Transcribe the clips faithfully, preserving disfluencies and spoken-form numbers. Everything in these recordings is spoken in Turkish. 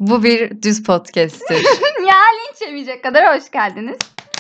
Bu bir düz podcast'tir. Ya linç yemeyecek kadar hoş geldiniz.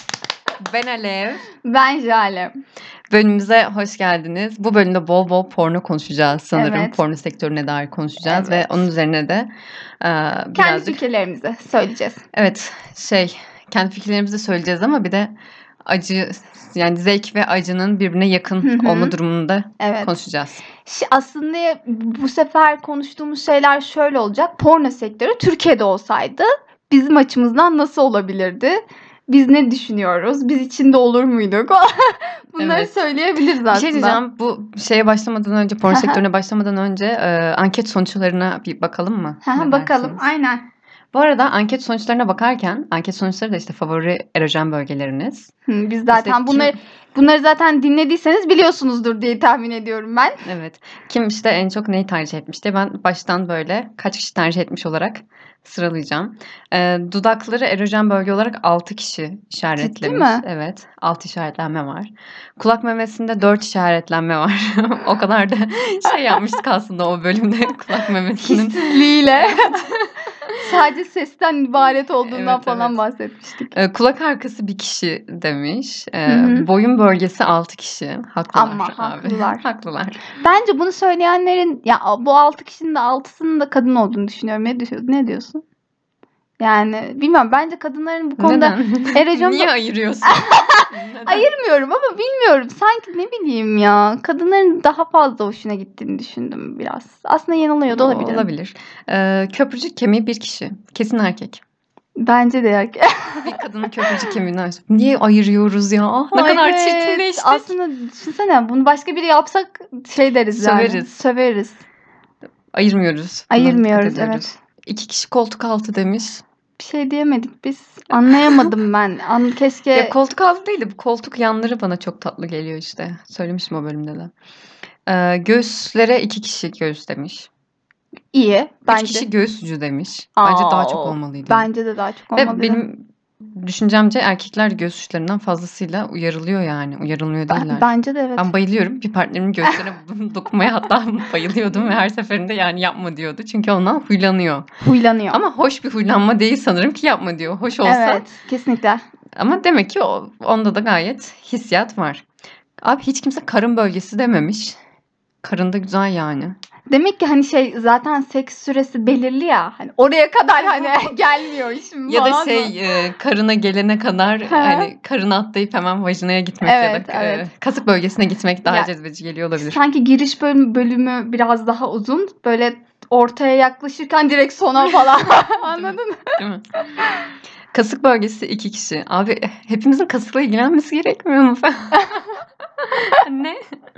Ben Alev. Ben Jale. Bölümümüze hoş geldiniz. Bu bölümde bol bol porno konuşacağız sanırım. Evet. Porno sektörüne dair konuşacağız Evet. ve onun üzerine de e, Kendi birazcık... fikirlerimizi söyleyeceğiz. Evet, şey, kendi fikirlerimizi söyleyeceğiz ama bir de acı, yani zevk ve acının birbirine yakın Hı hı. olma durumunda Evet. konuşacağız. Şi- Aslında bu sefer konuştuğumuz şeyler şöyle olacak. Porno sektörü Türkiye'de olsaydı bizim açımızdan nasıl olabilirdi? Biz ne düşünüyoruz? Biz içinde olur muyduk? Bunları Evet. söyleyebiliriz aslında. Bir şey diyeceğim, bu şeye başlamadan önce, porno sektörüne başlamadan önce e, anket sonuçlarına bir bakalım mı? Ne Bakalım, dersiniz? aynen. Bu arada anket sonuçlarına bakarken, anket sonuçları da işte favori erojen bölgeleriniz. Hı, Biz zaten İşte bunları kim- bunları zaten dinlediyseniz biliyorsunuzdur diye tahmin ediyorum ben. Evet. Kim işte en çok neyi tercih etmişti? Ben baştan böyle kaç kişi tercih etmiş olarak sıralayacağım. Ee, dudakları erojen bölge olarak altı kişi işaretlemiş. mi? Evet. altı işaretlenme var. Kulak memesinde dört işaretlenme var. O kadar da şey yapmıştık aslında o bölümde kulak memesinin. Hissizliğiyle. Sadece sesten ibaret olduğundan Evet, falan evet. bahsetmiştik. Ee, kulak arkası bir kişi demiş. Ee, Hı hı. boyun bölgesi altı kişi. Haklılar Ama abi. haklılar. Haklılar. Bence bunu söyleyenlerin ya bu altı kişinin de altısının da kadın olduğunu düşünüyorum. Ne diyorsun? Ne diyorsun? Yani bilmiyorum. Bence kadınların bu konuda Neden? erojen Niye bö- ayırıyorsun? Neden? ayırmıyorum ama bilmiyorum. Sanki ne bileyim ya. Kadınların daha fazla hoşuna gittiğini düşündüm biraz. Aslında yanılıyor da olabilirim. Olabilir. Ee, köprücük kemiği bir kişi. Kesin erkek. Bence de ya. Bir kadının köprücük kemiğini aç- Niye ayırıyoruz ya? Ah, ne Ay, kadar evet. çirkinleştik. Aslında düşünsene bunu başka biri yapsak şey deriz yani. Söveriz. Söveriz. Ayırmıyoruz. Buna Ayırmıyoruz, dikkat ediyoruz. evet. İki kişi koltuk altı demiş. Bir şey diyemedik biz. Anlayamadım ben. An keşke Ya koltuk altı değil de bu koltuk yanları bana çok tatlı geliyor işte. Söylemişim o bölümde de. Ee, göğüslere iki kişi göğüs demiş. iyi. Üç Bence kişi göğüs ucu demiş. Bence daha çok Aa, olmalıydı. Bence de daha çok Ve olmalıydı. benim düşüncemce erkekler göğüs uçlarından fazlasıyla uyarılıyor yani. Uyarılmıyor Ben- değiller. bence de evet. Ben bayılıyorum. Bir partnerimin göğüslerine dokunmaya hatta bayılıyordum ve her seferinde yani yapma diyordu. Çünkü ondan huylanıyor. Huylanıyor. Ama hoş bir huylanma değil sanırım ki yapma diyor. Hoş olsa. Evet, kesinlikle. Ama demek ki o, onda da gayet hissiyat var. Abi hiç kimse karın bölgesi dememiş. Karın da güzel yani. Demek ki hani şey zaten seks süresi belirli ya. Hani oraya kadar hani gelmiyor şimdi Ya da falan mı? şey e, karına gelene kadar Ha. hani karına atlayıp hemen vajinaya gitmek Evet, ya da e, evet. kasık bölgesine gitmek daha Ya, cezbedici geliyor olabilir. Sanki giriş bölümü, bölümü biraz daha uzun. Böyle ortaya yaklaşırken direkt sona falan. Anladın mı? Değil mi? Kasık bölgesi iki kişi. Abi hepimizin kasıkla ilgilenmesi gerekmiyor mu falan? Ne?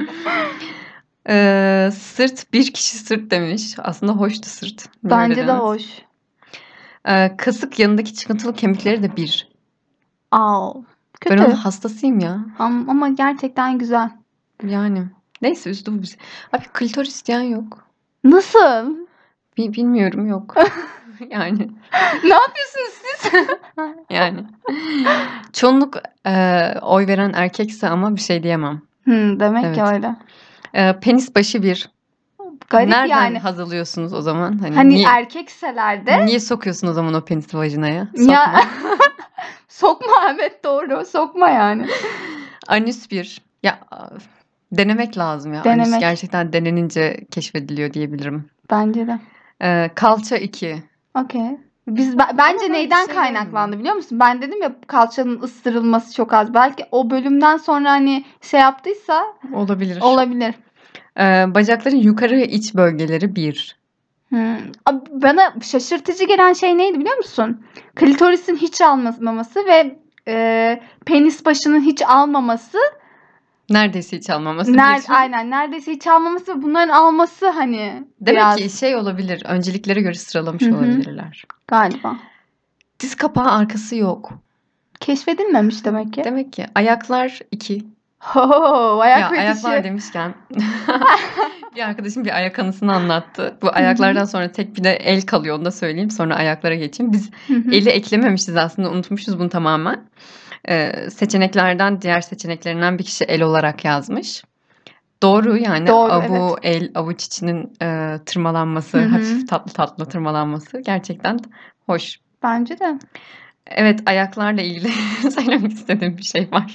Ee, sırt bir kişi sırt demiş. Aslında hoştu sırt. Niye öyle Bence de demez? hoş. Ee, kasık yanındaki çıkıntılı kemikleri de bir. Aa, Ben kötü. onun hastasıyım ya. Am- Ama gerçekten güzel. Yani. Neyse üzdü bu bizi. Abi klitoris diyen yok. Nasıl? Bi- bilmiyorum yok. Yani. Ne yapıyorsunuz siz? Yani. Çoğunluk e, oy veren erkekse ama bir şey diyemem. Hmm, demek Evet. ki öyle. E, penis başı bir. Garip Nereden yani. haz alıyorsunuz o zaman? Hani, Hani niye, erkekseler de niye sokuyorsun o zaman o penisi vajinaya? Sokma. ya sokma, evet doğru, sokma yani. Anüs bir. Ya denemek lazım ya. Denemek. Anüs gerçekten denenince keşfediliyor diyebilirim. Bence de. E, kalça iki. Okey. Biz be- bence böyle neyden şey kaynaklandı biliyor musun? Ben dedim ya kalçanın ısırılması çok az. Belki o bölümden sonra hani şey yaptıysa Olabilir. olabilir. E, bacakların yukarı ve iç bölgeleri bir. Hmm. Abi bana şaşırtıcı gelen şey neydi biliyor musun? Klitorisin hiç almaması ve e, penis başının hiç almaması. Neredeyse hiç almaması Ner bir. aynen neredeyse hiç almaması ve bunların alması hani Demek biraz ki şey olabilir. Önceliklere göre sıralamış Hı hı. olabilirler. galiba. Diz kapağı arkası yok. Keşfedilmemiş demek ki. Demek ki ayaklar iki. Ho, ayak Ya fetişi. ayaklar demişken bir arkadaşım bir ayak anısını anlattı. Bu ayaklardan sonra tek bir de el kalıyor, onu da söyleyeyim. Sonra ayaklara geçeyim. Biz Hı hı. eli eklememişiz aslında, unutmuşuz bunu tamamen. Ee, seçeneklerden diğer seçeneklerinden bir kişi el olarak yazmış. Doğru, yani Doğru, a bu evet. el avuç içinin, eee, tırmalanması, Hı hı. hafif tatlı tatlı tırmalanması gerçekten hoş. Bence de. Evet, ayaklarla ilgili söylemek istediğim bir şey var.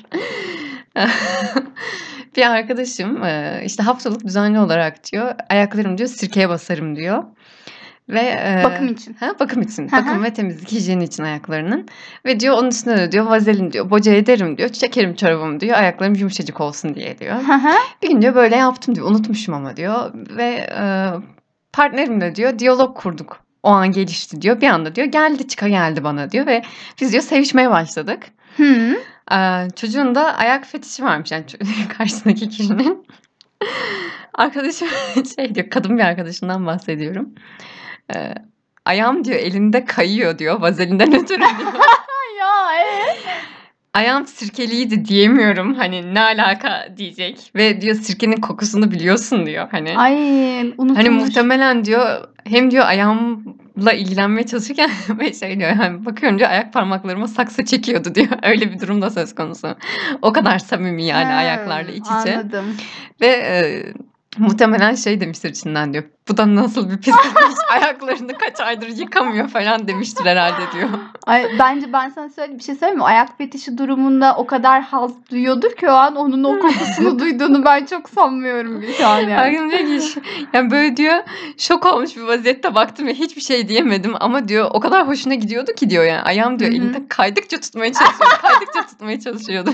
Bir arkadaşım, eee, işte, haftalık düzenli olarak diyor, ayaklarımı diyor sirkeye basarım diyor ve, Bakım eee için. Hı, bakım için, Hı hı. bakım ve temizlik, hijyeni için ayaklarının ve diyor onun üstüne de diyor vazelin diyor, boca ederim diyor, çekerim çorabımı diyor, ayaklarım yumuşacık olsun diye diyor. Hı hı. Bir gün diyor böyle yaptım diyor, unutmuşum ama diyor ve, eee, partnerimle diyor diyalog kurduk. O an gelişti diyor. Bir anda diyor geldi, çıkageldi bana diyor ve biz diyor sevişmeye başladık. Hıı. Eee, çocuğun da ayak fetişi varmış yani ço karşısındaki kişinin. Arkadaşım şey diyor, kadın bir arkadaşından bahsediyorum. Eee, ayağım diyor elinde kayıyor diyor vazelinden ötürü diyor. Ya, eee? Ayağım sirkeliydi diyemiyorum. Hani ne alaka diyecek ve diyor sirkenin kokusunu biliyorsun diyor hani. Ay, Hani unutulmuş. muhtemelen diyor hem diyor ayağımla ilgilenmeye çalışırken ve şey diyor yani bakıyorum diyor ayak parmaklarıma saksı çekiyordu diyor. Öyle bir durum da söz konusu. O kadar samimi yani ayaklarla Hımm, iç içe anladım. ve, eee, muhtemelen şey demiştir içinden diyor, bu da nasıl bir pislikmiş, ayaklarını kaç aydır yıkamıyor falan demiştir herhâlde diyor. Ay, bence ben sana söyleyeyim bir şey söyleyeyim mi? Ayak fetişi durumunda o kadar haz duyuyordur ki o an onun o kokusunu duyduğunu ben çok sanmıyorum bir şu an yani. Arkadaşım diyor ki ş yani böyle diyor şok olmuş bir vaziyette baktım ve hiçbir şey diyemedim ama diyor o kadar hoşuna gidiyordu ki diyor yani ayağım Hı diyor hı. elinde kaydıkça tutmaya çalışıyordu, kaydıkça tutmaya çalışıyordu.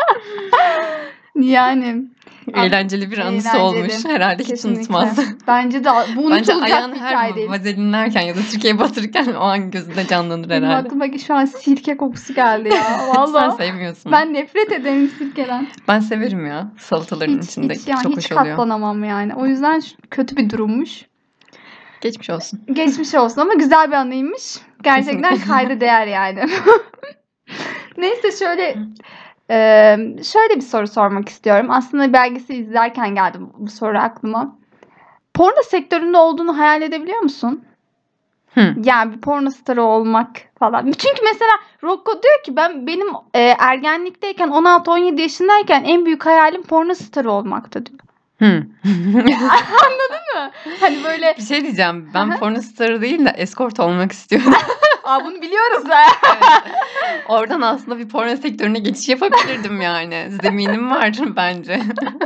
Yani. Ab Eğlenceli bir anısı eğlenceli. olmuş. Herhâlde hiç Kesinlikle. unutmaz. Bence de a bu Bence unutulacak ayağını bir her hikâye va değil. vazelinlerken ya da sirkeye batırırken o an gözünde canlanır Benim herhâlde. aklıma ki şu an sirke kokusu geldi ya. Sen Valla. sevmiyorsun. Ben nefret ederim sirkeden. Ben severim ya salataların Hiç, içinde hiç, yani çok hiç hoş oluyor. katlanamam yani. O yüzden ş kötü bir durummuş. Geçmiş olsun. Geçmiş olsun ama güzel bir anıymış. Gerçekten Kesinlikle. kayda değer yani. Neyse şöyle, emm, şöyle bir soru sormak istiyorum. Aslında belgesel izlerken geldi bu bu soru aklıma. Porno sektöründe olduğunu hayal edebiliyor musun? Hıı. Yani bir porno starı olmak falan. Çünkü mesela Rocco diyor ki ben benim, eee, ergenlikteyken on altı on yedi yaşındayken en büyük hayalim porno starı olmaktı diyor. Hıı. Anladın mı? Hani böyle Bir şey diyeceğim. Hı Ben hı. porno starı değil de escort olmak istiyorum. A, bunu biliyoruz be. Evet. Oradan aslında bir porno sektörüne geçiş yapabilirdim yani. Zeminim var bence.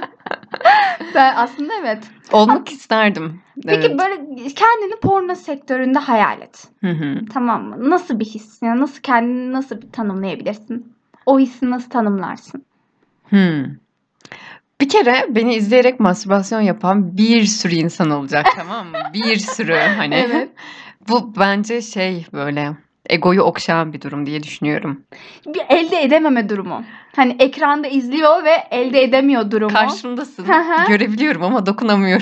Ben aslında evet. Olmak isterdim. Peki Evet. böyle kendini porno sektöründe hayal et. Hı hı. Tamam mı? Nasıl bir his? Yani nasıl kendini nasıl bir tanımlayabilirsin? O hissi nasıl tanımlarsın? Hımm. Bir kere beni izleyerek mastürbasyon yapan bir sürü insan olacak, tamam mı? Bir sürü hani. Evet. Bu bence şey böyle egoyu okşayan bir durum diye düşünüyorum. Bir elde edememe durumu. Hani ekranda izliyor ve elde edemiyor durumu. Karşımdasın, Hı hı. görebiliyorum ama dokunamıyorum.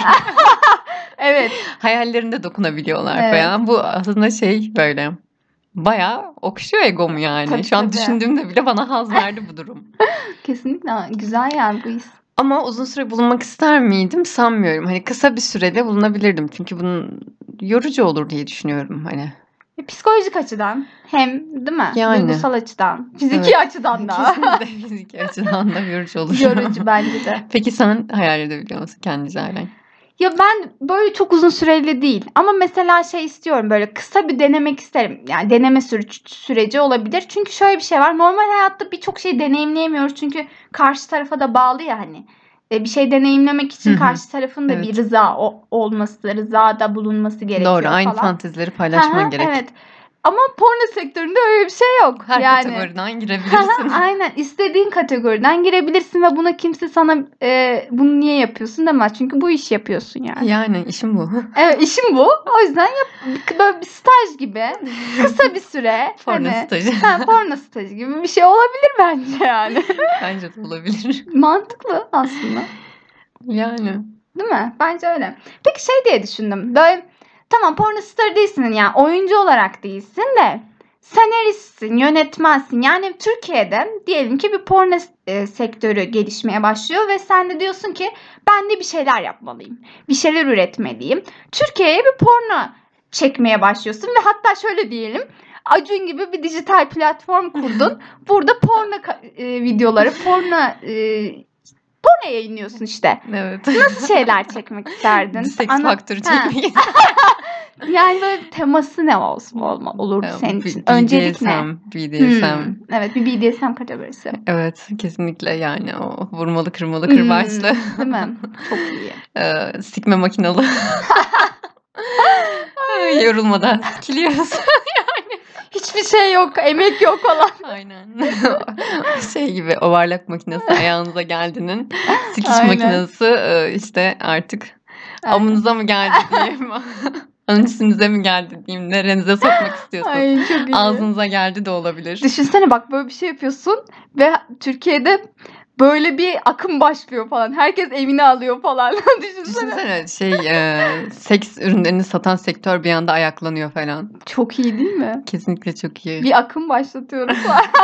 Evet. Hayallerinde dokunabiliyorlar Evet. falan. Bu aslında şey böyle bayağı okşuyor egomu yani. Tabii, Şu an tabii. düşündüğümde bile bana haz verdi bu durum. Kesinlikle güzel yani bu his. Ama uzun süre bulunmak ister miydim? Sanmıyorum. Hani kısa bir sürede bulunabilirdim. Çünkü bunun yorucu olur diye düşünüyorum hani. E, psikolojik açıdan hem değil mi? Yani. Duygusal açıdan, fiziki Evet. açıdan da. Kesinlikle fiziki açıdan da yorucu olur. Yorucu bence de. Peki sen hayal edebiliyor musun kendi hikâyeni? Ya ben böyle çok uzun süreli değil ama mesela şey istiyorum böyle kısa bir denemek isterim. Yani deneme süreç süreci olabilir. Çünkü şöyle bir şey var. Normal hayatta birçok şeyi deneyimleyemiyoruz. Çünkü karşı tarafa da bağlı ya hani. Eee, bir şey deneyimlemek Hı için hı. karşı tarafın da bir Evet. rıza o olması, rızada bulunması Doğru, gerekiyor aynı falan. fantezileri Hı hı, paylaşman gerek. evet. Ama porno sektöründe öyle bir şey yok. Her Yani. kategoriden Hı hı, girebilirsin. aynen. İstediğin kategoriden girebilirsin ve buna kimse sana, eee, bunu niye yapıyorsun demez. Çünkü bu işi yapıyorsun yani. Yani işim bu. Evet, işim bu. O yüzden yap böyle bir staj gibi kısa bir süre Porno hani stajı. ha, porno stajı gibi bir şey olabilir bence yani. Bence de olabilir. Mantıklı aslında. Yani. Değil mi? Bence öyle. Peki şey diye düşündüm. Böyle tamam porno starı değilsin yani oyuncu olarak değilsin de senaristsin, yönetmensin. Yani Türkiye'de diyelim ki bir porno eee, sektörü gelişmeye başlıyor ve sen de diyorsun ki ben de bir şeyler yapmalıyım. Bir şeyler üretmeliyim. Türkiye'ye bir porno çekmeye başlıyorsun ve hatta şöyle diyelim Acun gibi bir dijital platform kurdun. Burada porno ka- eee, videoları, porno eee, Porno yayınlıyorsun işte. Evet. Nasıl şeyler çekmek isterdin? Seks Ana- faktörü Ha. çekmek. Yani böyle teması ne olsun olma, olurdu senin için? Öncelik ne? B D S M. Hmm, evet, bir B D S M kategorisi. Evet, kesinlikle yani o vurmalı kırmalı Hmm, kırbaçlı. değil mi? Çok iyi. Ee, sikme makinalı. Yorulmadan sikiliyoruz. Hiçbir şey yok, emek yok falan. Aynen. Şey gibi ovarlak makinesi ayağınıza geldiğinin sikiş Aynen. makinesi e, işte artık Aynen. amınıza mı geldi diyeyim. Onun üstünüze mi geldi diyeyim. Nerenize sokmak istiyorsanız. Ay çok iyi. Ağzınıza geldi de olabilir. Düşünsene bak, böyle bir şey yapıyorsun ve Türkiye'de böyle bir akım başlıyor falan. Herkes evine alıyor falan. Düşünsene. Düşünsene şey e, seks ürünlerini satan sektör bir anda ayaklanıyor falan. Çok iyi değil mi? Kesinlikle çok iyi. Bir akım başlatıyoruz.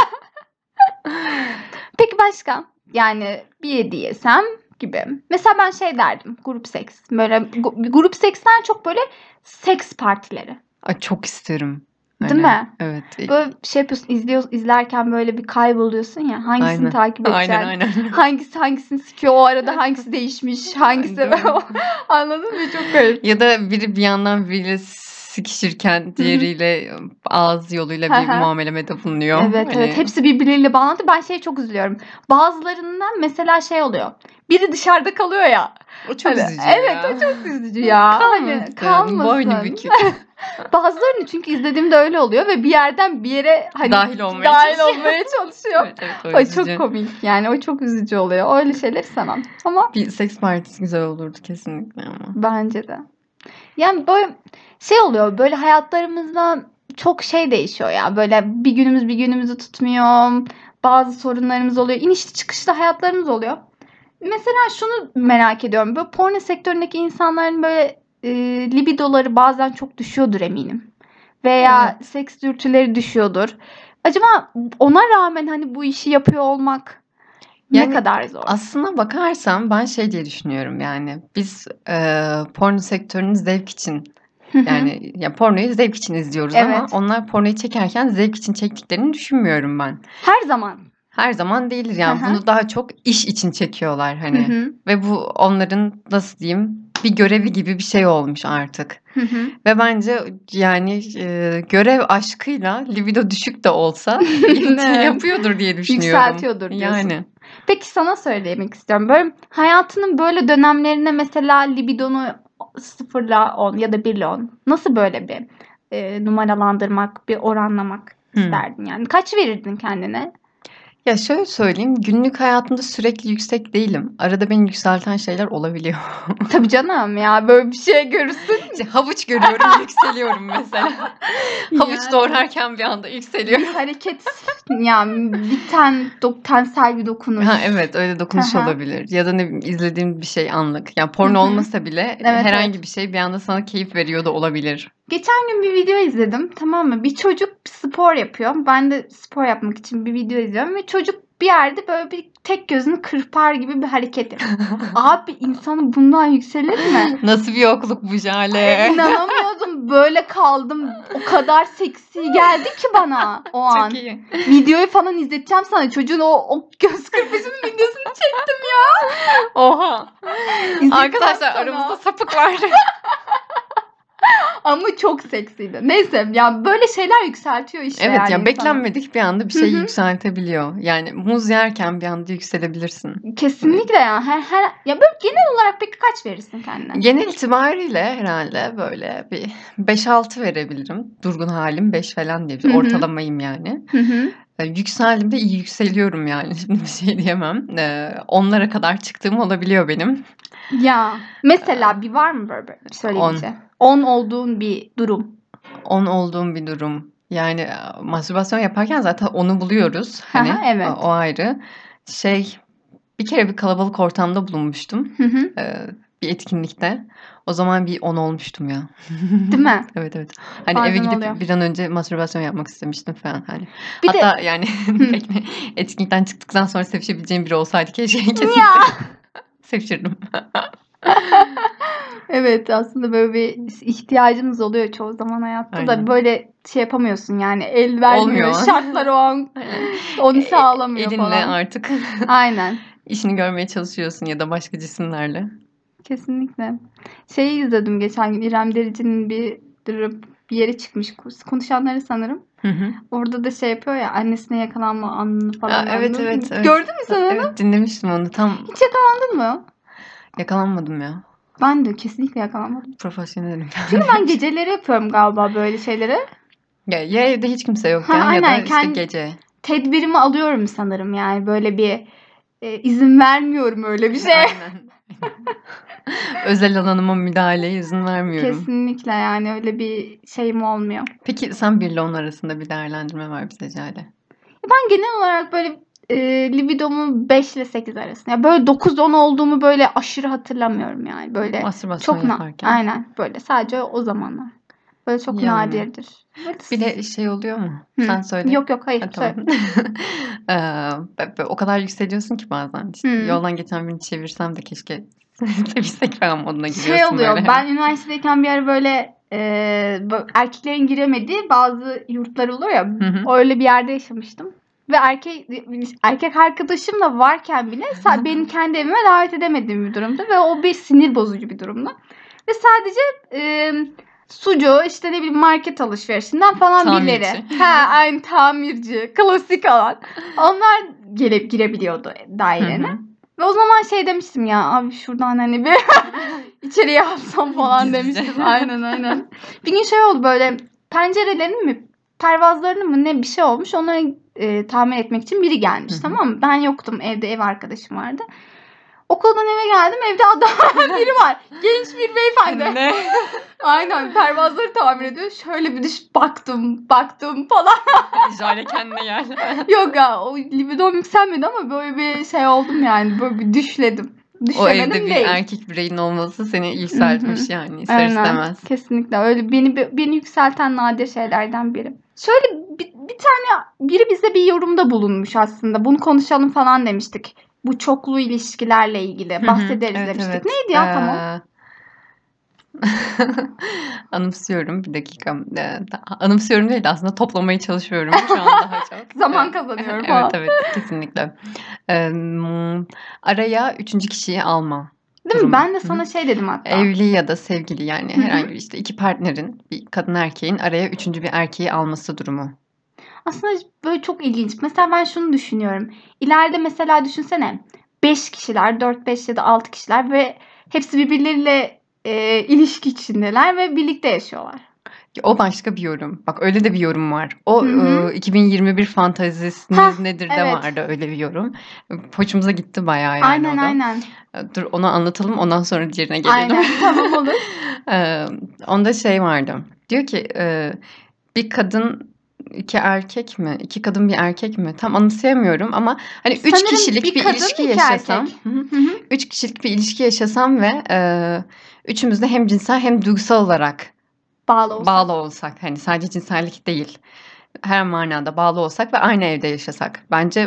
Peki başka? Yani B D S M gibi. Mesela ben şey derdim. Grup seks. Böyle gu- grup seksten çok böyle seks partileri. Ay, çok isterim. Değil Aynen. mi? Evet. Böyle şey yapıyorsun, izliyor, izlerken böyle bir kayboluyorsun ya. Hangisini Aynen. takip edeceksin? Aynen aynen. Hangisi hangisini sikiyor, o arada hangisi değişmiş, hangisi Doğru. anladın mı? Çok garip. Ya da biri bir yandan biriyle sikişirken diğeriyle ağız yoluyla bir Hı hı. muamelemede bulunuyor. Evet Hani evet, hepsi birbirleriyle bağlantı. Ben şeye çok üzülüyorum. Bazılarından mesela şey oluyor. Biri dışarıda kalıyor ya. o çok Hani, üzücü evet ya. o çok üzücü ya. Hani Kalmasın. kalmasın. Boynu bükük. Bazılarını çünkü izlediğimde öyle oluyor ve bir yerden bir yere hani Dahil olmaya dahil çalışıyor. olmaya çalışıyor. Evet evet o Ay üzücü. çok komik. Yani o çok üzücü oluyor. Öyle şeyler istemem. Ama Bir seks partisi güzel olurdu kesinlikle ama. bence de. Yani böyle şey oluyor. Böyle hayatlarımızda çok şey değişiyor ya. Böyle bir günümüz bir günümüzü tutmuyor. Bazı sorunlarımız oluyor. İnişli çıkışlı hayatlarımız oluyor. Mesela şunu merak ediyorum. Böyle porno sektöründeki insanların böyle e, libidoları bazen çok düşüyordur eminim. Veya Evet. seks dürtüleri düşüyordur. Acaba ona rağmen hani bu işi yapıyor olmak ne Yani kadar zor? aslına bakarsam ben şey diye düşünüyorum yani biz e, porno sektörünün zevk için Hı hı. yani ya pornoyu zevk için izliyoruz ama Evet. onlar pornoyu çekerken zevk için çektiklerini düşünmüyorum ben. Her zaman. Her zaman değildir yani Hı hı. bunu daha çok iş için çekiyorlar Hı hani hı. ve bu onların nasıl diyeyim bir görevi gibi bir şey olmuş artık. Hı hı. Ve bence yani e, görev aşkıyla libido düşük de olsa Evet. yapıyordur diye düşünüyorum. Yükseltiyordur diyorsun. Yani. Peki sana söylemek istiyorum. Böyle hayatının böyle dönemlerine mesela libidonu sıfırla on ya da birle on. Nasıl böyle bir e, numaralandırmak, bir oranlamak Hmm. isterdin yani? Kaç verirdin kendine? Ya şöyle söyleyeyim, günlük hayatımda sürekli yüksek değilim. Arada beni yükselten şeyler olabiliyor. Tabii canım ya, böyle bir şey görürsün. İşte havuç görüyorum, yükseliyorum mesela. Havuç Yani. doğrarken bir anda yükseliyorum. Bir hareket yani bir ten, do, tensel bir dokunuş. Ha evet, öyle dokunuş Hı hı. olabilir. Ya da ne bileyim izlediğim bir şey anlık. Yani porno Hı hı. olmasa bile Evet, herhangi evet. bir şey bir anda sana keyif veriyor da olabilir. Geçen gün bir video izledim, tamam mı? Bir çocuk spor yapıyor. Ben de spor yapmak için bir video izliyorum ve çocuk bir yerde böyle bir tek gözünü kırpar gibi bir hareket yapıyor. Abi insanın bundan yükselir mi? Nasıl bir yokluk bu Jale? Ay, İnanamıyordum. Böyle kaldım. O kadar seksi geldi ki bana o an. Çok iyi. Videoyu falan izleteceğim sana. Çocuğun o, o göz kırpışının videosunu çektim ya. Oha. İzleteceğim Arkadaşlar sana. aramızda sapık var. Ama çok seksiydi. Neyse ya, böyle şeyler yükseltiyor işte Evet yani ya insanı. beklenmedik bir anda bir Hı şey hı. yükseltebiliyor. Yani muz yerken bir anda yükselebilirsin. Kesinlikle ya. Her, her, ya böyle genel olarak peki kaç verirsin kendine? Genel itibariyle herhalde böyle bir beş altı verebilirim. Durgun halim beş falan diye bir Hı hı. ortalamayım yani. Hı hı. Ee, Yükseldiğimde iyi yükseliyorum yani. Şimdi bir şey diyemem. Ee, onlara kadar çıktığım olabiliyor benim. Ya mesela bir var mı böyle bir On. söyleyebileceğin? on olduğun bir durum. On olduğum bir durum. Yani e, mastürbasyon yaparken zaten onu buluyoruz. Hani Haha, evet. o, o ayrı. Şey bir kere bir kalabalık ortamda bulunmuştum. Hı hı. Ee, bir etkinlikte. O zaman bir on olmuştum ya. Değil mi? Evet evet. Hani eve Bazen gidip oluyor. bir an önce mastürbasyon yapmak istemiştim falan hani. Bir de Hatta yani Hı. bekle, etkinlikten çıktıktan sonra sevişebileceğim biri olsaydı keşke kesinlikle ya sevişirdim. evet, aslında böyle bir ihtiyacımız oluyor çoğu zaman hayatta da Aynen. böyle şey yapamıyorsun yani, el vermiyor Olmuyor. şartlar o an Aynen. onu E- sağlamıyor elinle falan. artık Aynen. işini görmeye çalışıyorsun ya da başka cisimlerle. Kesinlikle. Şeyi izledim geçen gün, İrem Derici'nin bir bir yere çıkmış, konuşanları sanırım. Hı hı. Orada da şey yapıyor ya, annesine yakalanma anını falan. Aa, evet anladın evet mı? evet. Gördün mü sen onu? Evet dinlemiştim onu. Tam Hiç yakalandın mı? yakalanmadım ya. Ben de kesinlikle yakalanmadım. Profesyonelim. Çünkü ben geceleri yapıyorum galiba böyle şeyleri. Ya, ya evde hiç kimse Ha, yokken ya da aynen. işte Kendi gece. tedbirimi alıyorum sanırım, yani böyle bir e, izin vermiyorum öyle bir şeye. Aynen. Özel alanıma müdahaleye izin vermiyorum. Kesinlikle, yani öyle bir şeyim olmuyor. Peki sen bir ile on arasında bir değerlendirme var bize Cale. Ben genel olarak böyle e, libidomu beş ile sekiz arasında. Yani böyle dokuz on olduğumu böyle aşırı hatırlamıyorum yani. Böyle Mastürbasyon çok na yaparken. aynen böyle sadece o zamanlar. Böyle çok Yani. nadirdir. Evet. Bir de şey oluyor mu? Hı. Sen söyle. Yok yok hayır. Ha, tamam. Eee, be- be- o kadar yükseliyorsun ki bazen. İşte Hı. yoldan geçen birini çevirsem de keşke sevirsek falan moduna giriyorsun Şey oluyor. böyle. Ben üniversitedeyken bir ara böyle e, böyle erkeklerin giremediği bazı yurtlar olur ya. Hı hı. Öyle bir yerde yaşamıştım. Ve erkek erkek arkadaşım da varken bile sa- benim kendi evime davet edemediğim bir durumdu. Ve o bir sinir bozucu bir durumdu. Ve sadece e, sucu, işte ne bileyim market alışverişinden falan Tamirci. birileri. Ha, aynı tamirci, klasik alan. Onlar gelip girebiliyordu dairene. Hı hı. Ve o zaman şey demiştim ya, abi şuradan hani bir içeriye alsam falan Gizlice. demiştim. Aynen aynen. Bir gün şey oldu, böyle pencerelerini mi pervazlarını mı ne bir şey olmuş. Onları e, tamir etmek için biri gelmiş, Hı hı. tamam mı? Ben yoktum evde, ev arkadaşım vardı. Okuldan eve geldim, evde adam biri var. Genç bir beyefendi. Ne? Aynen pervazları tamir ediyor. Şöyle bir düş baktım baktım falan. Jale kendine gel. Yok ya, o libidom yükselmedi ama böyle bir şey oldum yani. Böyle bir düşledim. O Düşlemedim evde bir değil. erkek bireyin olması seni yükseltmiş Hı hı. yani ister Aynen. istemez. Kesinlikle öyle beni beni yükselten nadir şeylerden biri. Şöyle bir, bir tane biri bize bir yorumda bulunmuş aslında. Bunu konuşalım falan demiştik. Bu çoklu ilişkilerle ilgili Hı hı. bahsederiz Evet demiştik. evet. Neydi ya tamam? Ee, Anımsıyorum bir dakika. Ee, ta- anımsıyorum değil de aslında toplamaya çalışıyorum şu an daha çok. Zaman Evet. kazanıyorum Evet falan. evet kesinlikle. Ee, m, araya üçüncü kişiyi alma Değil mi? durumu. Ben de Hı hı. sana şey dedim hatta. Evli ya da sevgili yani Hı hı. herhangi bir işte iki partnerin bir kadın erkeğin araya üçüncü bir erkeği alması durumu. Aslında böyle çok ilginç. Mesela ben şunu düşünüyorum. İleride mesela düşünsene beş kişiler, dört beş ya da altı kişiler ve hepsi birbirleriyle e, ilişki içindeler ve birlikte yaşıyorlar. O başka bir yorum. Bak öyle de bir yorum var. O Hı hı. e, iki bin yirmi bir fantazisiniz Hah, nedir de evet. vardı öyle bir yorum. Hoşumuza gitti bayağı yani Aynen o da. aynen. Dur onu anlatalım ondan sonra diğerine gelelim. Aynen tamam olur. Ee, onda şey vardı. Diyor ki e, bir kadın iki erkek mi? İki kadın bir erkek mi? Tam anımsayamıyorum ama hani üç Sanırım kişilik bir bir kadın, ilişki iki yaşasam. erkek. Hı hı. Hı hı. Üç kişilik bir ilişki yaşasam ve e, üçümüz de hem cinsel hem duygusal olarak Bağlı olsak. bağlı olsak. Hani sadece cinsellik değil. Her manada bağlı olsak ve aynı evde yaşasak. Bence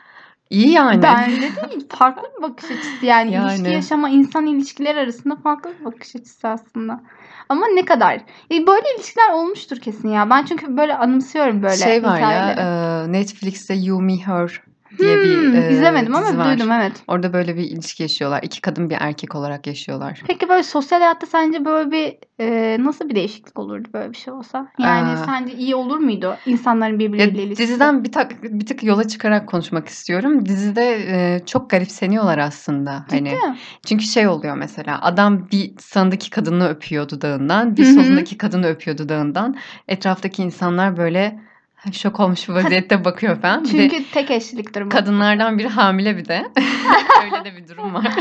iyi yani. Bence değil. Farklı bir bakış açısı. Yani, ilişki Yani. yaşama, insan ilişkileri arasında farklı bir bakış açısı aslında. Ama ne kadar? E, böyle ilişkiler olmuştur kesin ya. Ben çünkü böyle anımsıyorum böyle Şey var ya hikayeleri. e, Netflix'te You Me Her diye bir Hmm, e, izlemedim dizi ama var. duydum evet. Orada böyle bir ilişki yaşıyorlar. İki kadın bir erkek olarak yaşıyorlar. Peki böyle sosyal hayatta sence böyle bir e, nasıl bir değişiklik olurdu böyle bir şey olsa? Yani Ee, sence iyi olur muydu insanların ya birbirleriyle ilişkisi? diziden bir, tak, bir tık yola çıkarak konuşmak istiyorum. Dizide e, çok garipseniyorlar aslında. Ciddi Hani mi? çünkü şey oluyor mesela adam bir sağındaki kadını öpüyor dudağından, bir Hı hı. solundaki kadını öpüyor dudağından. Etraftaki insanlar böyle şok olmuş bir Ha, vaziyette bakıyor falan. Bir de çünkü tek eşliliktir bu. kadınlardan biri hamile bir de. Öyle de bir durum var.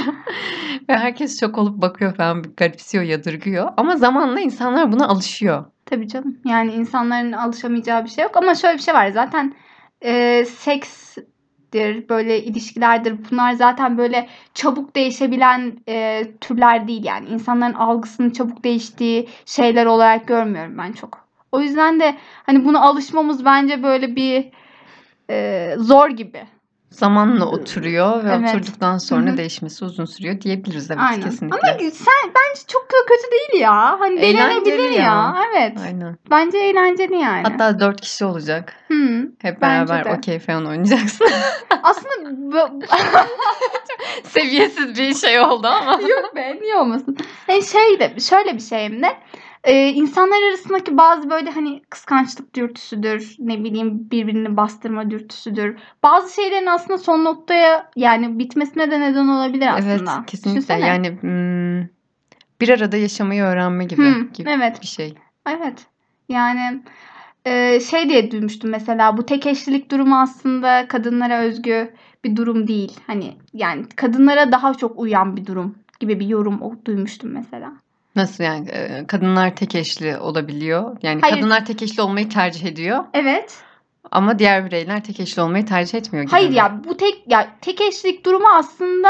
Ve herkes şok olup bakıyor falan, bir garipsiyor, yadırgıyor. Ama zamanla insanlar buna alışıyor. Tabii canım. Yani insanların alışamayacağı bir şey yok. Ama şöyle bir şey var. Zaten e, sekstir, böyle ilişkilerdir. Bunlar zaten böyle çabuk değişebilen e, türler değil yani. İnsanların algısının çabuk değiştiği şeyler olarak görmüyorum ben çok. O yüzden de hani buna alışmamız bence böyle bir e, zor gibi. Zamanla oturuyor ve Evet. oturduktan Hı sonra hı. değişmesi uzun sürüyor diyebiliriz, evet, Aynen. Ama kesinlikle. sen bence çok kötü değil ya. Hani Eğlenceli denenebilir ya. ya. Evet. Aynen. Bence eğlenceli yani. Hatta dört kişi olacak. Hı, Hep bence beraber de. okey falan oynayacaksın. Aslında bu- Seviyesiz bir şey oldu ama. Yok be, niye olmasın? Hani şey de şöyle bir şey hem de e, insanlar arasındaki bazı böyle hani kıskançlık dürtüsüdür, ne bileyim birbirini bastırma dürtüsüdür. Bazı şeylerin aslında son noktaya yani bitmesine de neden olabilir Evet, aslında. kesinlikle. Düşünsene. Yani hmm, bir arada yaşamayı öğrenme gibi Hmm, gibi evet, bir şey. evet. Yani e, şey diye duymuştum mesela bu tek eşlilik durumu aslında kadınlara özgü bir durum değil. Hani yani kadınlara daha çok uyan bir durum gibi bir yorum o- duymuştum mesela. Nasıl yani? Ee, Kadınlar tek eşli olabiliyor. Yani Hayır, kadınlar tek eşli olmayı tercih ediyor evet. ama diğer bireyler tek eşli olmayı tercih etmiyor gibi Hayır mi? ya bu tek ya tek eşlik durumu aslında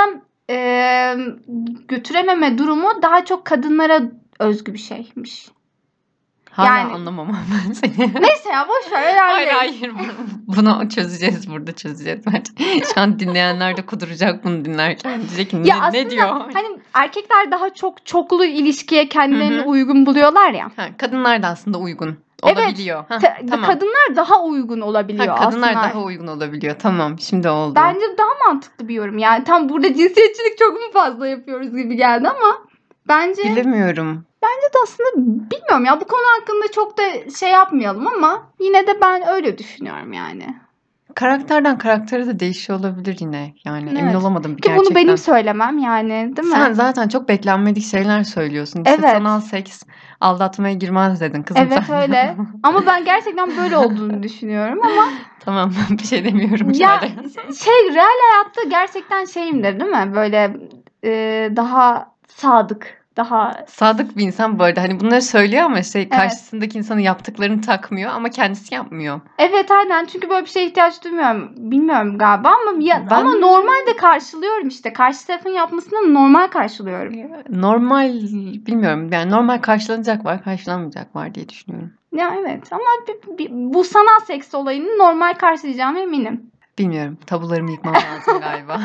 e, götürememe durumu daha çok kadınlara özgü bir şeymiş. Hala Yani anlamam ama ben seni. neyse ya boş ver önemli Hayır değil. hayır bunu, bunu çözeceğiz burada çözeceğiz bence. Şu an dinleyenler de kuduracak bunu dinlerken. Diyecek ki Ya ne, aslında ne diyor? hani erkekler daha çok çoklu ilişkiye Hı kendilerini hı. uygun buluyorlar ya. Ha, kadınlar da aslında uygun Evet. olabiliyor. Ha, ta- tamam. Kadınlar daha uygun olabiliyor Ha, kadınlar aslında. daha uygun olabiliyor. Tamam, şimdi oldu. Bence daha mantıklı bir yorum. Yani tam burada cinsiyetçilik çok mu fazla yapıyoruz gibi geldi ama bence Bilemiyorum. bence de aslında bilmiyorum ya bu konu hakkında çok da şey yapmayalım ama yine de ben öyle düşünüyorum yani. Karakterden karaktere de değişiyor olabilir yine. Yani emin Evet. olamadım Ki bunu gerçekten. benim söylemem yani değil mi? Sen zaten çok beklenmedik şeyler söylüyorsun. İşte Evet. sanal seks aldatmaya girmez dedin kızım Evet sen. öyle. Ama ben gerçekten böyle olduğunu düşünüyorum ama Tamam bir şey demiyorum ya şöyle. şey real hayatta gerçekten şeyimdir değil mi? Böyle e, daha sadık, daha Sadık bir insan bu arada. Hani bunları söylüyor ama şey evet. karşısındaki insanın yaptıklarını takmıyor ama kendisi yapmıyor. Evet aynen çünkü böyle bir şeye ihtiyaç duymuyorum. Bilmiyorum galiba ama ya, Ben ama normalde karşılıyorum işte. Karşı tarafın yapmasını normal karşılıyorum. normal bilmiyorum. Yani normal karşılanacak var, karşılanmayacak var diye düşünüyorum. Ya evet ama bir- bir- bu sanal seks olayını normal karşılayacağıma eminim. Bilmiyorum. Tabularımı yıkmam lazım galiba.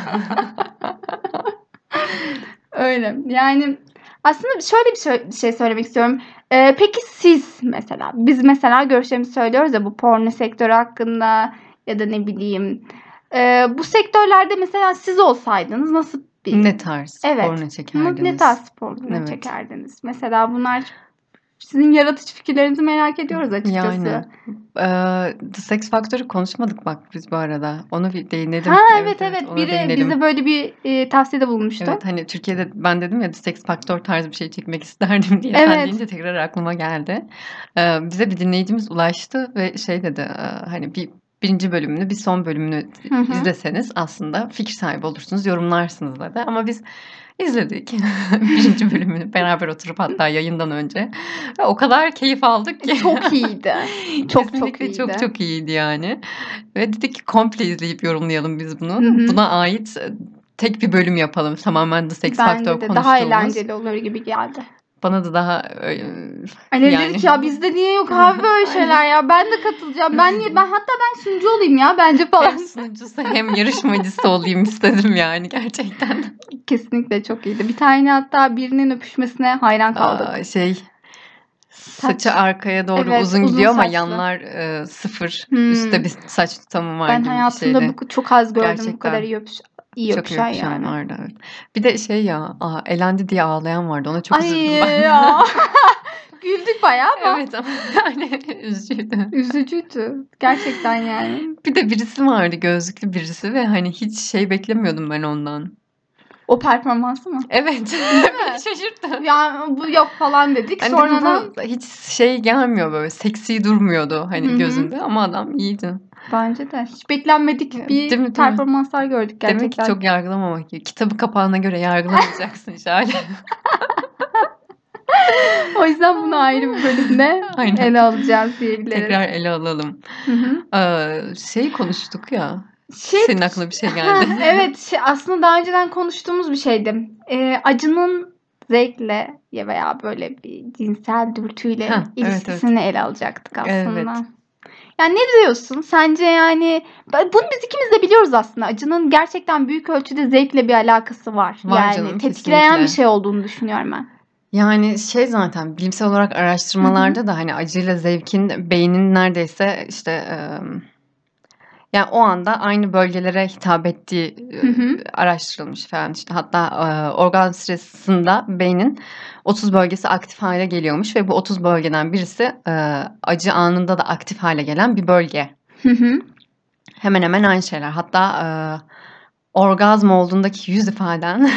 Öyle. Yani aslında şöyle bir şey, bir şey söylemek istiyorum. Ee, peki siz mesela, biz mesela görüşlerimizi söylüyoruz ya bu porno sektörü hakkında ya da ne bileyim. Ee, bu sektörlerde mesela siz olsaydınız nasıl bir Ne tarz evet porno ne, ne çekerdiniz? tarz porno Evet. çekerdiniz? Mesela bunlar sizin yaratıcı fikirlerinizi merak ediyoruz açıkçası. Yani eee The Sex Factor'ı konuşmadık bak biz bu arada. Onu bir değinelim. Ha Evet evet evet evet ona biri değinelim. bize böyle bir e, tavsiyede bulunmuştu. Evet hani Türkiye'de ben dedim ya The Sex Factor tarzı bir şey çekmek isterdim diye. Sen Evet. deyince tekrar aklıma geldi. Eee, bize bir dinleyicimiz ulaştı ve şey dedi eee, hani bir birinci bölümünü bir son bölümünü Hı hı. izleseniz aslında fikir sahibi olursunuz, yorumlarsınız dedi. Ama biz izledik birinci bölümünü beraber oturup hatta yayından önce. Ve o kadar keyif aldık ki. Çok iyiydi. Çok çok Kesinlikle iyiydi. çok çok iyiydi yani. Ve dedik ki komple izleyip yorumlayalım biz bunu. Hı hı. Buna ait e, tek bir bölüm yapalım. Tamamen The Sex Bence Factor de daha konuştuğumuz. eğlenceli olur gibi geldi. Bana da daha e, Alev yani dedik ya bizde niye yok abi böyle şeyler ya ben de katılacağım ben niye ben hatta ben sunucu olayım ya bence hem falan. sunucusu hem yarışmacısı olayım istedim yani gerçekten. Kesinlikle çok iyiydi. Bir tane hatta birinin öpüşmesine hayran kaldık. Aa, şey saçı Saç. arkaya doğru Evet uzun uzun gidiyor ama saçlı. yanlar e, sıfır. Hmm. Üstte bir saç tutamı var Ben gibi bir hayatımda şeydi. bu çok az gördüm bu kadar Gerçekten iyi öpüş iyi çok iyi öpüşen öpüşen yani. vardı evet. Bir de şey ya aa, elendi diye ağlayan vardı. Ona çok Ay üzüldüm ben. ya. Güldük bayağı ama Evet ama yani üzücüydü. üzücüydü. Gerçekten yani. Bir de birisi vardı gözlüklü birisi ve hani hiç şey beklemiyordum ben ondan. O performansı mı? Evet. Değil Beni mi? şaşırttı. Yani bu yok falan dedik. Hani dedim Sonradan bu hiç şey gelmiyor böyle seksi durmuyordu hı hani hı. gözümde ama adam iyiydi. Bence de hiç beklenmedik Değil mi? bir Değil mi? performanslar gördük Demek ki gerçekten. çok yargılamamak gerekiyor. Kitabı kapağına göre yargılamayacaksın Şale. O yüzden bunu ayrı bir bölümde Aynen. ele alacağız diyebiliriz. Tekrar ele alalım. Hı hı. Ee, şey konuştuk ya. Şey, Senin aklına bir şey geldi. Heh, evet şey, aslında daha önceden konuştuğumuz bir şeydi. Ee, acının zevkle ya veya böyle bir cinsel dürtüyle Ha, evet evet. ilişkisini ele alacaktık aslında. Evet. Yani ne diyorsun? Sence yani bunu biz ikimiz de biliyoruz aslında. Acının gerçekten büyük ölçüde zevkle bir alakası var. Var yani canım tetikleyen bir kesinlikle. şey olduğunu düşünüyorum ben. Yani şey zaten bilimsel olarak Hı hı. araştırmalarda da hani acıyla zevkin beynin neredeyse işte e, Yani o anda aynı bölgelere hitap ettiği Hı hı. araştırılmış falan işte. Hatta e, orgazm sırasında beynin otuz bölgesi aktif hale geliyormuş ve bu otuz bölgeden birisi e, acı anında da aktif hale gelen bir bölge. Hı hı. Hemen hemen aynı şeyler. Hatta e, orgazm olduğundaki yüz ifaden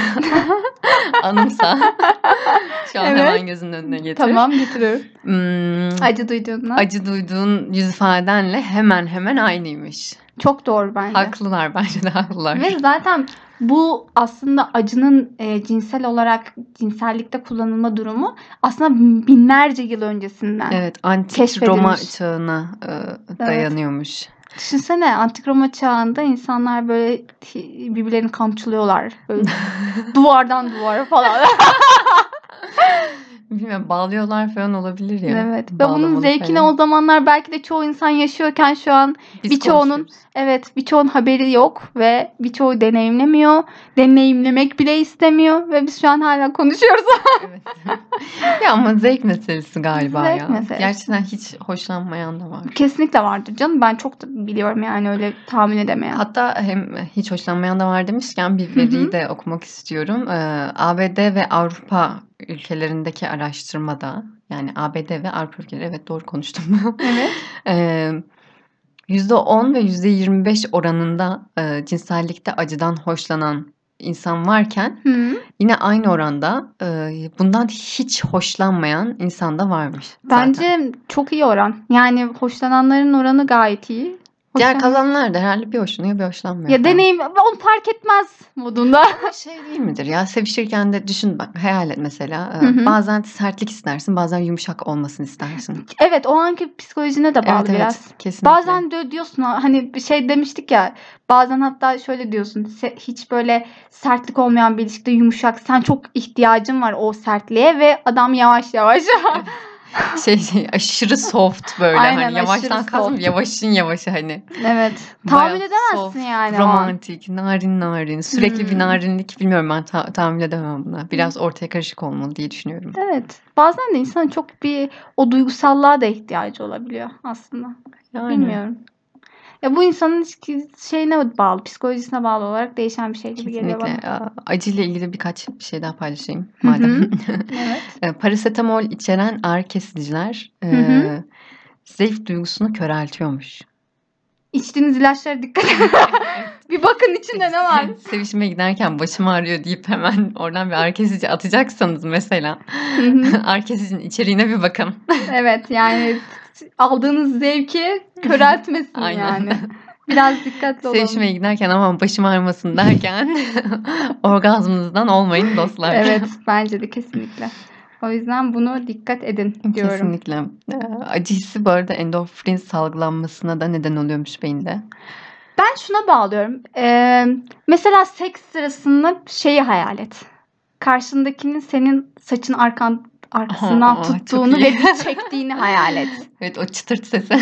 anımsa şu an Evet. hemen gözünün önüne getir. Tamam, getiriyorum. Hmm, Acı duyduğunda. acı duyduğun yüz ifadenle hemen hemen aynıymış. Çok doğru bence. Haklılar, bence de haklılar. Ve zaten bu aslında acının e, cinsel olarak cinsellikte kullanılma durumu aslında binlerce yıl öncesinden. Evet, antik keşfedilmiş. Roma çağına e, dayanıyormuş. Düşünsene, antik Roma çağında insanlar böyle ti- birbirlerini kamçılıyorlar. Böyle duvardan duvara falan. Bilmiyorum, bağlıyorlar falan olabilir ya. Evet. Ve bunun Bağlamalı zevkini falan. o zamanlar belki de çoğu insan yaşıyorken şu an Biz birçoğunun konuşuyoruz. evet birçoğunun haberi yok ve birçoğu deneyimlemiyor. Deneyimlemek bile istemiyor ve biz şu an hala konuşuyoruz. Evet. Ya ama zevk meselesi galiba Zevk ya. meselesi. Gerçekten hiç hoşlanmayan da var. Kesinlikle vardır canım. Ben çok da biliyorum yani öyle tahammül edemeyen. Hatta hem hiç hoşlanmayan da var demişken bir Hı veriyi hı. de okumak istiyorum. Ee, A B D ve Avrupa ülkelerindeki araştırmada, yani A B D ve Avrupa ülkeleri, evet doğru konuştum. Evet. Ee, yüzde on ve yüzde yirmi beş oranında e, cinsellikte acıdan hoşlanan insan varken Hı. yine aynı oranda e, bundan hiç hoşlanmayan insan da varmış zaten. Bence çok iyi oran. Yani hoşlananların oranı gayet iyi. Diğer Hoşlan- kalanlar da herhalde bir hoşlanıyor bir hoşlanmıyor Ya falan. deneyim onu fark etmez modunda. Ama şey değil midir ya, sevişirken de düşün bak, hayal et mesela. Hı hı. Bazen sertlik istersin, bazen yumuşak olmasını istersin. Evet, o anki psikolojine de bağlı Evet evet, biraz. kesinlikle. Bazen de diyorsun hani bir şey demiştik ya, bazen hatta şöyle diyorsun, se- hiç böyle sertlik olmayan bir ilişkide yumuşak, sen çok ihtiyacın var o sertliğe ve adam yavaş yavaş. şey şey aşırı soft böyle, Aynen, hani yavaştan aşırı kastım soft. yavaşın yavaşı, hani Evet. bayağı Tahammül edemezsin soft, yani o an. romantik, narin narin, sürekli bir Hmm. narinlik, bilmiyorum, ben ta- tahammül edemem buna. Biraz ortaya karışık olmalı diye düşünüyorum. Evet. Bazen de insanın çok bir o duygusallığa da ihtiyacı olabiliyor aslında. Yani Bilmiyorum. Ya bu insanın şeyine bağlı, psikolojisine bağlı olarak değişen bir şey gibi geliyor kesinlikle. bana. Aa, acıyla ilgili birkaç bir şey daha paylaşayım Hı hı. madem. Evet. E, Parasetamol içeren ağrı kesiciler Hı hı. e, zevk duygusunu köreltiyormuş. İçtiğiniz ilaçlara dikkat edin. Bir bakın içinde ne var. Sevişime giderken başım ağrıyor deyip hemen oradan bir ağrı kesici atacaksanız mesela, Hı hı. ağrı kesicinin içeriğine bir bakın. Evet, yani aldığınız zevki köreltmesin Aynen. yani. Biraz dikkatli olalım. Sevişmeye giderken aman başım ağrımasın derken orgazmınızdan olmayın dostlar. Evet, bence de kesinlikle. O yüzden bunu dikkat edin diyorum. Kesinlikle. Ee, Acı hissi bu arada endorfin salgılanmasına da neden oluyormuş beyinde. Ben şuna bağlıyorum. Ee, mesela seks sırasında şeyi hayal et. Karşındakinin senin saçın arkan arkasından Aa, çok tuttuğunu iyi. ve bir çektiğini hayal et. Evet, o çıtırt sesi.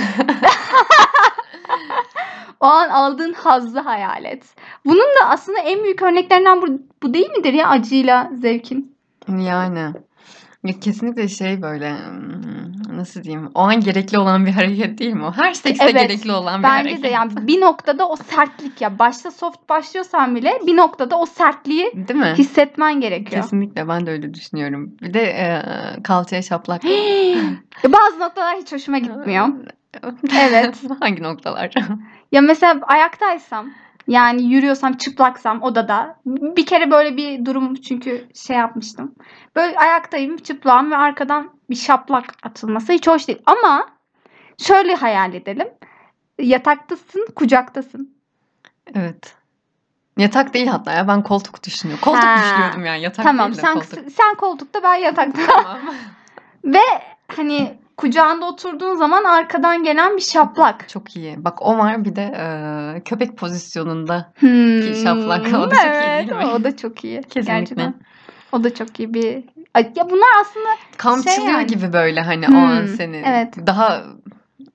O an aldığın hazzı hayal et. Bunun da aslında en büyük örneklerinden bu, bu değil midir ya, acıyla zevkin? Yani ya kesinlikle şey böyle, hmm, nasıl diyeyim, o an gerekli olan bir hareket değil mi o? Her sekste Evet, gerekli olan bir bence hareket. de yani bir noktada o sertlik, ya başta soft başlıyorsan bile bir noktada o sertliği Değil mi? hissetmen gerekiyor. Kesinlikle, ben de öyle düşünüyorum. Bir de e, kalçaya şaplak. Bazı noktalar hiç hoşuma gitmiyor. Evet. Hangi noktalar? Ya mesela ayaktaysam, yani yürüyorsam, çıplaksam odada, bir kere böyle bir durum çünkü şey yapmıştım. Böyle ayaktayım, çıplağım ve arkadan bir şaplak atılması hiç hoş değil. Ama şöyle hayal edelim. Yataktasın, kucaktasın. Evet. Yatak değil hatta ya, ben koltuk düşünüyorum. Koltuk Ha. düşünüyordum yani, yatak Tamam, değil de sen koltuk. sen koltukta, ben yatakta. Tamam. Ve hani kucağında oturduğun zaman arkadan gelen bir şaplak. Çok iyi. Bak o var, bir de e, köpek pozisyonunda Hmm, ki şaplak. O da çok iyi evet, değil mi? o da çok iyi. Kesinlikle. Gerçekten. O da çok iyi bir... Ay, ya bunlar aslında Kamçılıyor şey yani. gibi böyle, hani o an Hmm, seni. evet. Daha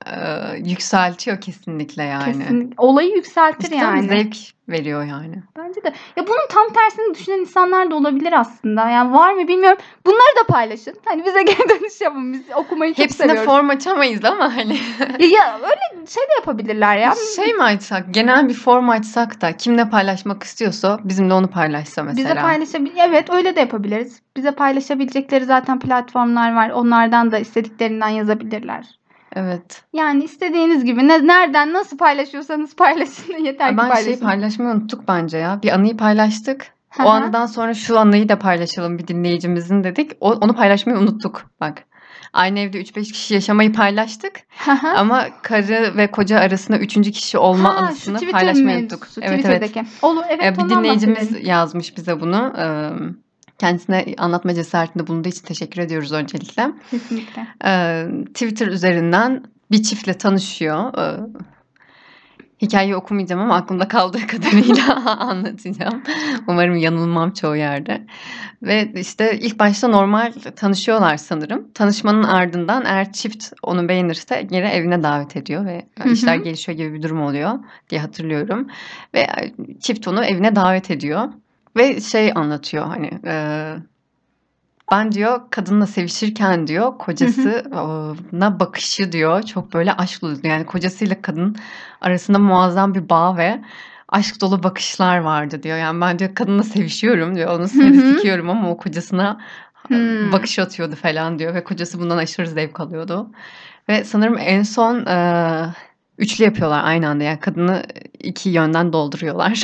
eee, yükseltiyor kesinlikle yani. Kesinlikle. Olayı yükseltir İşte tabii yani. zevk veriyor yani. Bence de. Ya bunun tam tersini düşünen insanlar da olabilir aslında. Yani var mı bilmiyorum. Bunları da paylaşın. Hani bize geri dönüş yapın. Biz okumayı çok Hepsine seviyoruz. form açamayız ama hani Ya, ya öyle şey de yapabilirler ya. şey mi açsak, genel bir form açsak da kim ne paylaşmak istiyorsa bizimle onu paylaşsa Bize mesela. paylaşabil evet öyle de yapabiliriz. Bize paylaşabilecekleri zaten platformlar var. Onlardan da istediklerinden yazabilirler. Evet. Yani istediğiniz gibi ne, nereden nasıl paylaşıyorsanız paylaşın. Yeter ki Ben şeyi paylaşın. paylaşmayı unuttuk bence ya. Bir anıyı paylaştık. Hı O hı. anıdan sonra şu anıyı da paylaşalım bir dinleyicimizin dedik. O, onu paylaşmayı unuttuk bak. Aynı evde üç beş kişi yaşamayı paylaştık. Hı hı. Ama karı ve koca arasında üçüncü kişi olma Ha, şu anısını Twitter paylaşmayı unuttuk. mevzusu. Evet evet. Twitter'daki. Olur evet Ee, bir ondan dinleyicimiz bahsedelim. yazmış bize bunu. Ee, Kendisine anlatma cesaretinde bulunduğu için teşekkür ediyoruz öncelikle. Kesinlikle. Ee, Twitter üzerinden bir çiftle tanışıyor. Ee, Hikayeyi okumayacağım ama aklımda kaldığı kadarıyla anlatacağım. Umarım yanılmam çoğu yerde. Ve işte ilk başta normal tanışıyorlar sanırım. Tanışmanın ardından eğer çift onu beğenirse geri evine davet ediyor ve Hı işler hı. gelişiyor gibi bir durum oluyor diye hatırlıyorum. Ve çift onu evine davet ediyor ve şey anlatıyor hani e, ben diyor kadınla sevişirken diyor Hı hı. kocasına bakışı diyor çok böyle aşk dolu. Yani kocasıyla kadın arasında muazzam bir bağ ve aşk dolu bakışlar vardı diyor. Yani ben diyor kadınla sevişiyorum diyor. Onu Hı hadi hı. sikiyorum ama o kocasına Hmm. bakış atıyordu falan diyor ve kocası bundan aşırı zevk alıyordu. Ve sanırım en son e, üçlü yapıyorlar aynı anda. Yani kadını iki yönden dolduruyorlar.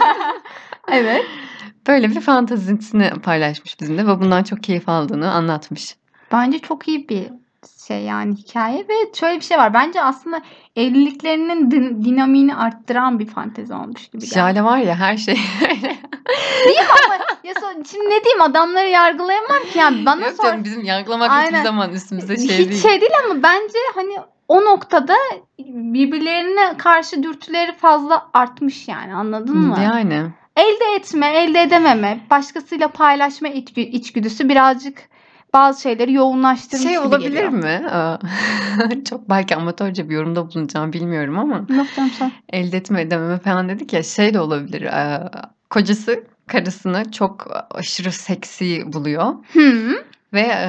Evet. Böyle bir fantazisini paylaşmış bizimle ve bundan çok keyif aldığını anlatmış. Bence çok iyi bir şey yani hikaye ve şöyle bir şey var. Bence aslında evliliklerinin din- dinamiğini arttıran bir fantezi olmuş gibi geldi. Jale var ya her şey. Değil mi ama ya so- şimdi ne diyeyim adamları yargılayamam ki yani bana Yok sor. canım bizim yargılamak hiçbir Aynen. zaman üstümüze şey Hiç değil. şey değil ama bence hani o noktada birbirlerine karşı dürtüleri fazla artmış yani anladın mı? Yani. Elde etme, elde edememe, başkasıyla paylaşma içgü- içgüdüsü birazcık bazı şeyleri yoğunlaştırmış Şey gibi olabilir geliyor. mi? Aa, Çok belki amatörce bir yorumda bulunacağım bilmiyorum ama Yok canım sen. elde etme edememe falan dedik ya şey de olabilir. Aa, Kocası karısını çok aşırı seksi buluyor Hı. ve e,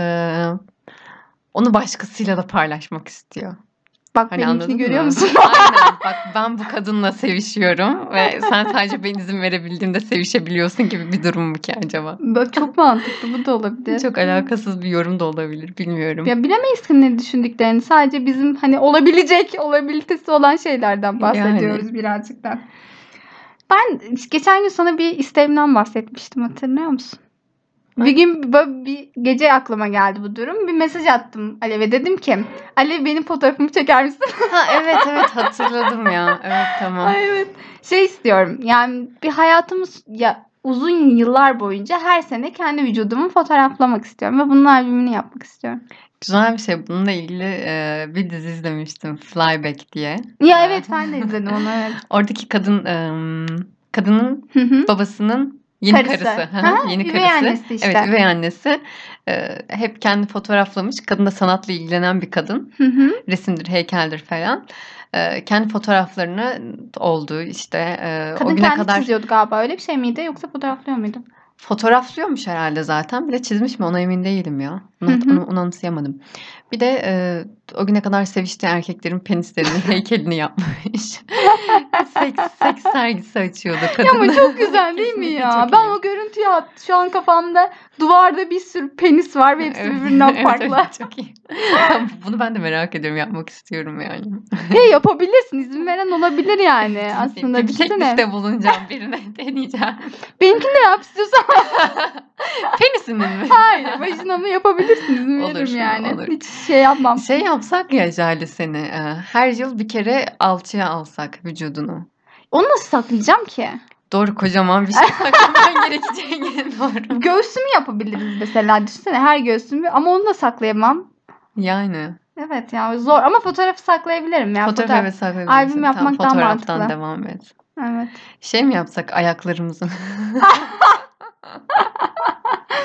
onu başkasıyla da paylaşmak istiyor. Bak Hani benimkini anladın görüyor mı? musun? Aynen. Bak ben bu kadınla sevişiyorum ve sen sadece ben izin verebildiğimde sevişebiliyorsun gibi bir durum mu ki acaba? Bak çok mantıklı bu da olabilir. Çok alakasız bir yorum da olabilir. Bilmiyorum. Ya bilemeyiz ki ne düşündüklerini. Sadece bizim hani olabilecek, olabilitesi olan şeylerden bahsediyoruz Yani. birazcık da. Ben geçen gün sana bir isteğimden bahsetmiştim hatırlıyor musun? Bir Ay. gün böyle bir gece aklıma geldi bu durum. Bir mesaj attım Alev'e dedim ki Alev benim fotoğrafımı çeker misin? Ha evet evet hatırladım ya. Evet tamam. Ay evet. Şey istiyorum yani bir hayatımız ya uzun yıllar boyunca her sene kendi vücudumu fotoğraflamak istiyorum ve bunun albümünü yapmak istiyorum. Güzel bir şey. Bununla ilgili e, bir dizi izlemiştim. Flyback diye. Ya E, evet ben de izledim onu evet. Oradaki kadın e, kadının Hı hı. babasının yeni Karısı. karısı. Hı hı, Ha, yeni üvey karısı. annesi işte. Evet üvey annesi. E, hep kendi fotoğraflamış. Kadın da sanatla ilgilenen bir kadın. Hı hı. Resimdir, heykeldir falan. E, kendi fotoğraflarını olduğu işte e, o Kadın güne kendi kadar çiziyordu galiba öyle bir şey miydi yoksa fotoğraflıyor muydu? fotoğraflıyormuş herhalde zaten. Bir de çizmiş mi ona emin değilim ya. Hı Onu, hı. onu, onu anımsayamadım. Bir de e, o güne kadar seviştiği erkeklerin penislerinin heykelini yapmış. seks, seks sergisi açıyordu kadın. Ya ama çok güzel değil mi Kesinlikle ya? çok Ben iyi. o görüntüyü at. Şu an kafamda duvarda bir sürü penis var ve hepsi Evet, birbirinden evet, farklı. evet, çok iyi. Bunu ben de merak ediyorum. Yapmak istiyorum yani. Ya yapabilirsin. İzin veren olabilir yani. Aslında bir, bir düşünsene. teklifte bulunacağım birine deneyeceğim. Benimkini de yap istiyorsan. Penisinin mi? Hayır. Başına mı yapabilirsin. İzin Olur, veririm yani. olur. Hiç şey yapmam. Şey yapsak ya Jale seni. e, Her yıl bir kere alçıya alsak vücudunu. Onu nasıl saklayacağım ki? Doğru kocaman bir şey saklaman gerekeceğini doğru. Göğsümü yapabiliriz mesela. Düşünsene her göğsümü ama onu da saklayamam. Yani. Evet ya zor ama fotoğrafı saklayabilirim ya. Fotoğraf Fotoğraf. evet saklayabilirsin. Albüm Tamam yapmak daha fotoğraftan mantıklı. devam et. Evet. Şey mi yapsak ayaklarımızın?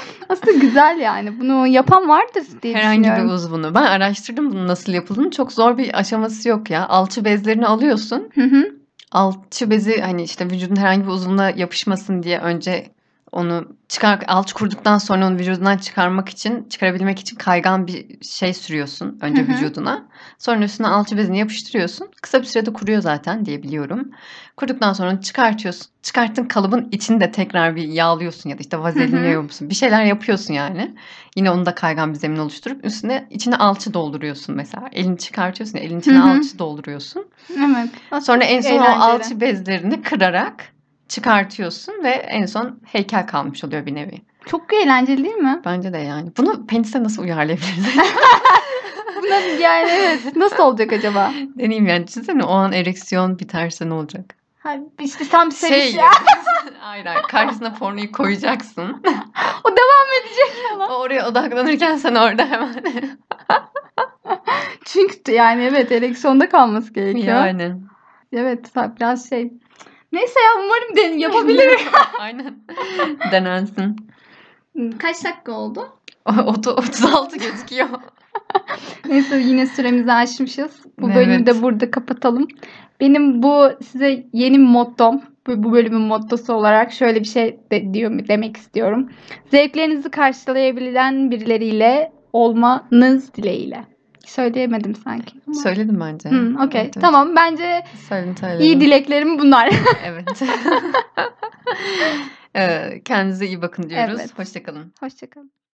Aslında güzel yani. Bunu yapan vardır diye Herhangi bir düşünüyorum. uzvunu. Ben araştırdım bunun nasıl yapıldığını. Çok zor bir aşaması yok ya. Alçı bezlerini alıyorsun. Hı hı. Alçı bezi hani işte vücudun herhangi bir uzvuna yapışmasın diye önce onu çıkar alçı kurduktan sonra onu vücudundan çıkarmak için çıkarabilmek için kaygan bir şey sürüyorsun Hı önce hı. vücuduna. Sonra üstüne alçı bezini yapıştırıyorsun. Kısa bir sürede kuruyor zaten diye biliyorum. Kurduktan sonra onu çıkartıyorsun. Çıkarttığın kalıbın içini de tekrar bir yağlıyorsun ya da işte Hı vazelinliyor hı. musun? Bir şeyler yapıyorsun yani. Yine onu da kaygan bir zemin oluşturup üstüne içine alçı dolduruyorsun mesela. Elini çıkartıyorsun, elin Hı içine hı. alçı dolduruyorsun. Evet. Aslında Sonra en çok son o eğlenceli. alçı bezlerini kırarak çıkartıyorsun ve en son heykel kalmış oluyor bir nevi. Çok eğlenceli değil mi? Bence de yani. Bunu penise nasıl uyarlayabiliriz? Buna yani evet. Nasıl olacak acaba? Deneyeyim yani. Düşünsene o an ereksiyon biterse ne olacak? Ha, işte sen bir Şey seviş yapacaksın. Hayır hayır. Karşısına pornoyu koyacaksın. O devam edecek falan. O oraya odaklanırken sen orada hemen. Çünkü yani evet ereksiyonda kalması gerekiyor. Yani. Evet biraz şey. Neyse ya umarım den yapabilirim. Aynen. Denensin. Kaç dakika oldu? O- otuz altı gözüküyor. Neyse yine süremizi aşmışız. Bu bölümü Evet. de burada kapatalım. Benim bu size yeni mottom, bu, bu bölümün mottosu olarak şöyle bir şey de, diyor, demek istiyorum. Zevklerinizi karşılayabilen birileriyle olmanız dileğiyle. Söyleyemedim sanki. Ama... Söyledim bence. Hmm, okey. Evet, evet. Tamam bence Söyledim söyledim. iyi dileklerim bunlar. Evet. Ee, Kendinize iyi bakın diyoruz. Evet. Hoşça kalın. Hoşça kalın.